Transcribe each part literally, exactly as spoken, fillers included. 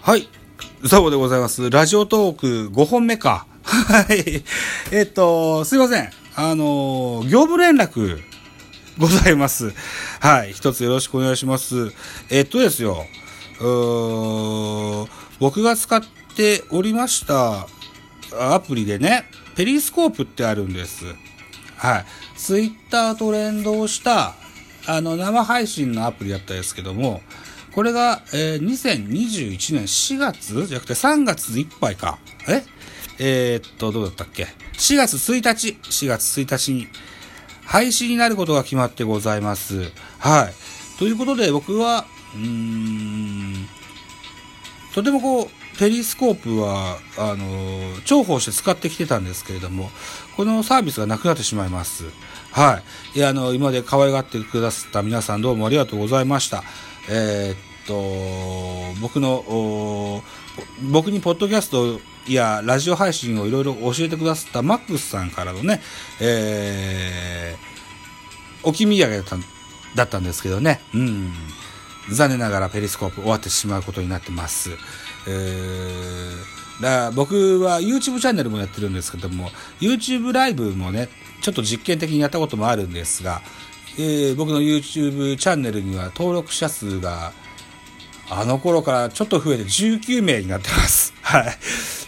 はい、ザボでございます。ラジオトークごほんめか。はい。えっと、すいません。あの、業務連絡ございます。はい。一つよろしくお願いします。えっとですよ。うー僕が使っておりましたアプリでね、ペリスコープってあるんです。はい。ツイッターと連動したあの生配信のアプリだったんですけども、これが、えー、にせんにじゅういちねんしがつじゃなくてさんがついっぱいか。ええー、っと、どうだったっけ ?しがつついたち、しがつついたちに配信になることが決まってございます。はい。ということで僕は、うーん、とてもこう、ペリスコープは、あの、重宝して使ってきてたんですけれども、このサービスがなくなってしまいます。はい。いや、あの、今まで可愛がってくださった皆さんどうもありがとうございました。えー、っと、僕の、僕にポッドキャストやラジオ配信をいろいろ教えてくださったマックスさんからのね、えー、お気土産だった、だったんですけどね、うん、残念ながらペリスコープ終わってしまうことになってます。えー、だ僕は YouTube チャンネルもやってるんですけども、YouTube ライブもね、ちょっと実験的にやったこともあるんですが、えー、僕の YouTube チャンネルには登録者数があの頃からちょっと増えてじゅうきゅうめいになってます。はい。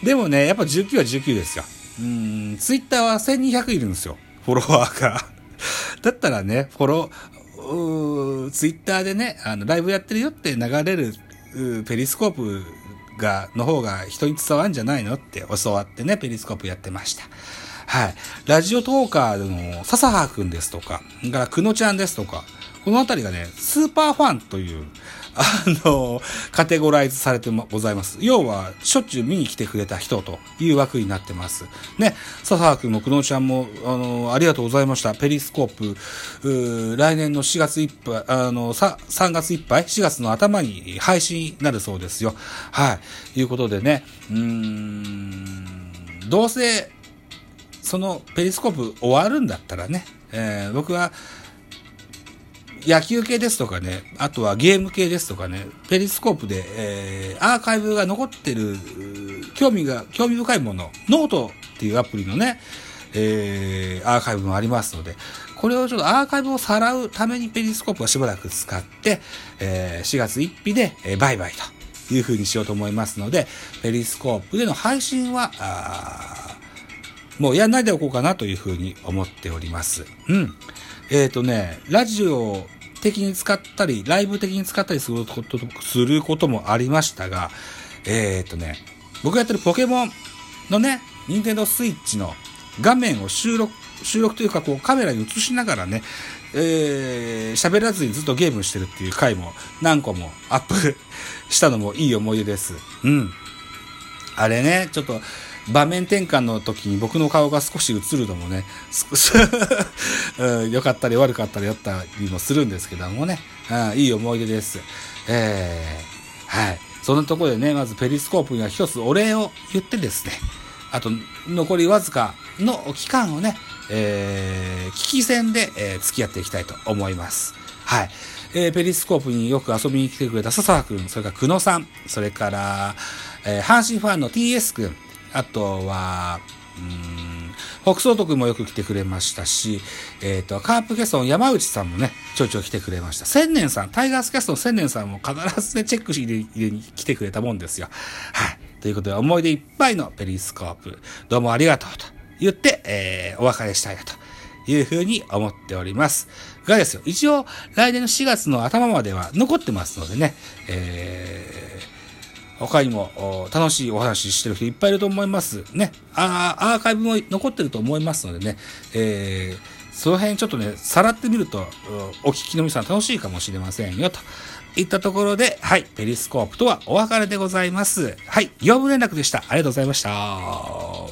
でもね、やっぱじゅうきゅうはじゅうきゅうですよ。うーん、Twitter はせんにひゃくいるんですよ。フォロワーが。だったらね、フォロー、Twitter でね、あの、ライブやってるよって流れるペリスコープが、の方が人に伝わるんじゃないのって教わってね、ペリスコープやってました。はい。ラジオトーカーの笹葉くんですとか、それからくのちゃんですとか、このあたりがね、スーパーファンという、あの、カテゴライズされてございます。要は、しょっちゅう見に来てくれた人という枠になってます。ね、笹葉くんもくのちゃんも、あの、ありがとうございました。ペリスコープ、来年のしがついっぱい、あの、さ、さんがついっぱい、しがつの頭に配信になるそうですよ。はい。いうことでね、うーん、どうせ、そのペリスコープ終わるんだったらね、えー、僕は野球系ですとかね、あとはゲーム系ですとかね、ペリスコープで、えー、アーカイブが残ってる興味が興味深いもの、ノートっていうアプリのね、えー、アーカイブもありますので、これをちょっとアーカイブをさらうためにペリスコープはしばらく使って、えー、しがつついたちで、えー、バイバイという風にしようと思いますので、ペリスコープでの配信はあもうやんないでおこうかなというふうに思っております。うん。えっとね、ラジオ的に使ったり、ライブ的に使ったりすること、することもありましたが、えっとね、僕がやってるポケモンのね、ニンテンドースイッチの画面を収録、収録というかこうカメラに映しながらね、えー、喋らずにずっとゲームしてるっていう回も何個もアップしたのもいい思い出です。うん。あれね、ちょっと、場面転換の時に僕の顔が少し映るのもね、少し良かったり悪かったりやったりもするんですけどもね、あいい思い出です。えー、はい。そのところでね、まずペリスコープには一つお礼を言ってですね、あと残りわずかの期間をね、えー、聞き戦で、えー、付き合っていきたいと思います。はい。えー、ペリスコープによく遊びに来てくれた笹葉くん、それから久野さん、それから、えー、阪神ファンの ティーエス くん、あとは、うーん、北総徳もよく来てくれましたし、えっと、カープキャストの山内さんもね、ちょいちょい来てくれました。千年さん、タイガースキャストの千年さんも必ずね、チェックしに来てくれたもんですよ。はい。ということで、思い出いっぱいのペリスコープ、どうもありがとうと言って、えー、お別れしたいなというふうに思っております。がですよ、一応、来年のしがつの頭までは残ってますのでね、えー、他にも楽しいお話してる人いっぱいいると思いますね。あアーカイブも残ってると思いますのでね、えー、その辺ちょっとね、さらってみるとお聞きの皆さん楽しいかもしれませんよといったところで、はい、ペリスコープとはお別れでございます。はい、業務連絡でした。ありがとうございました。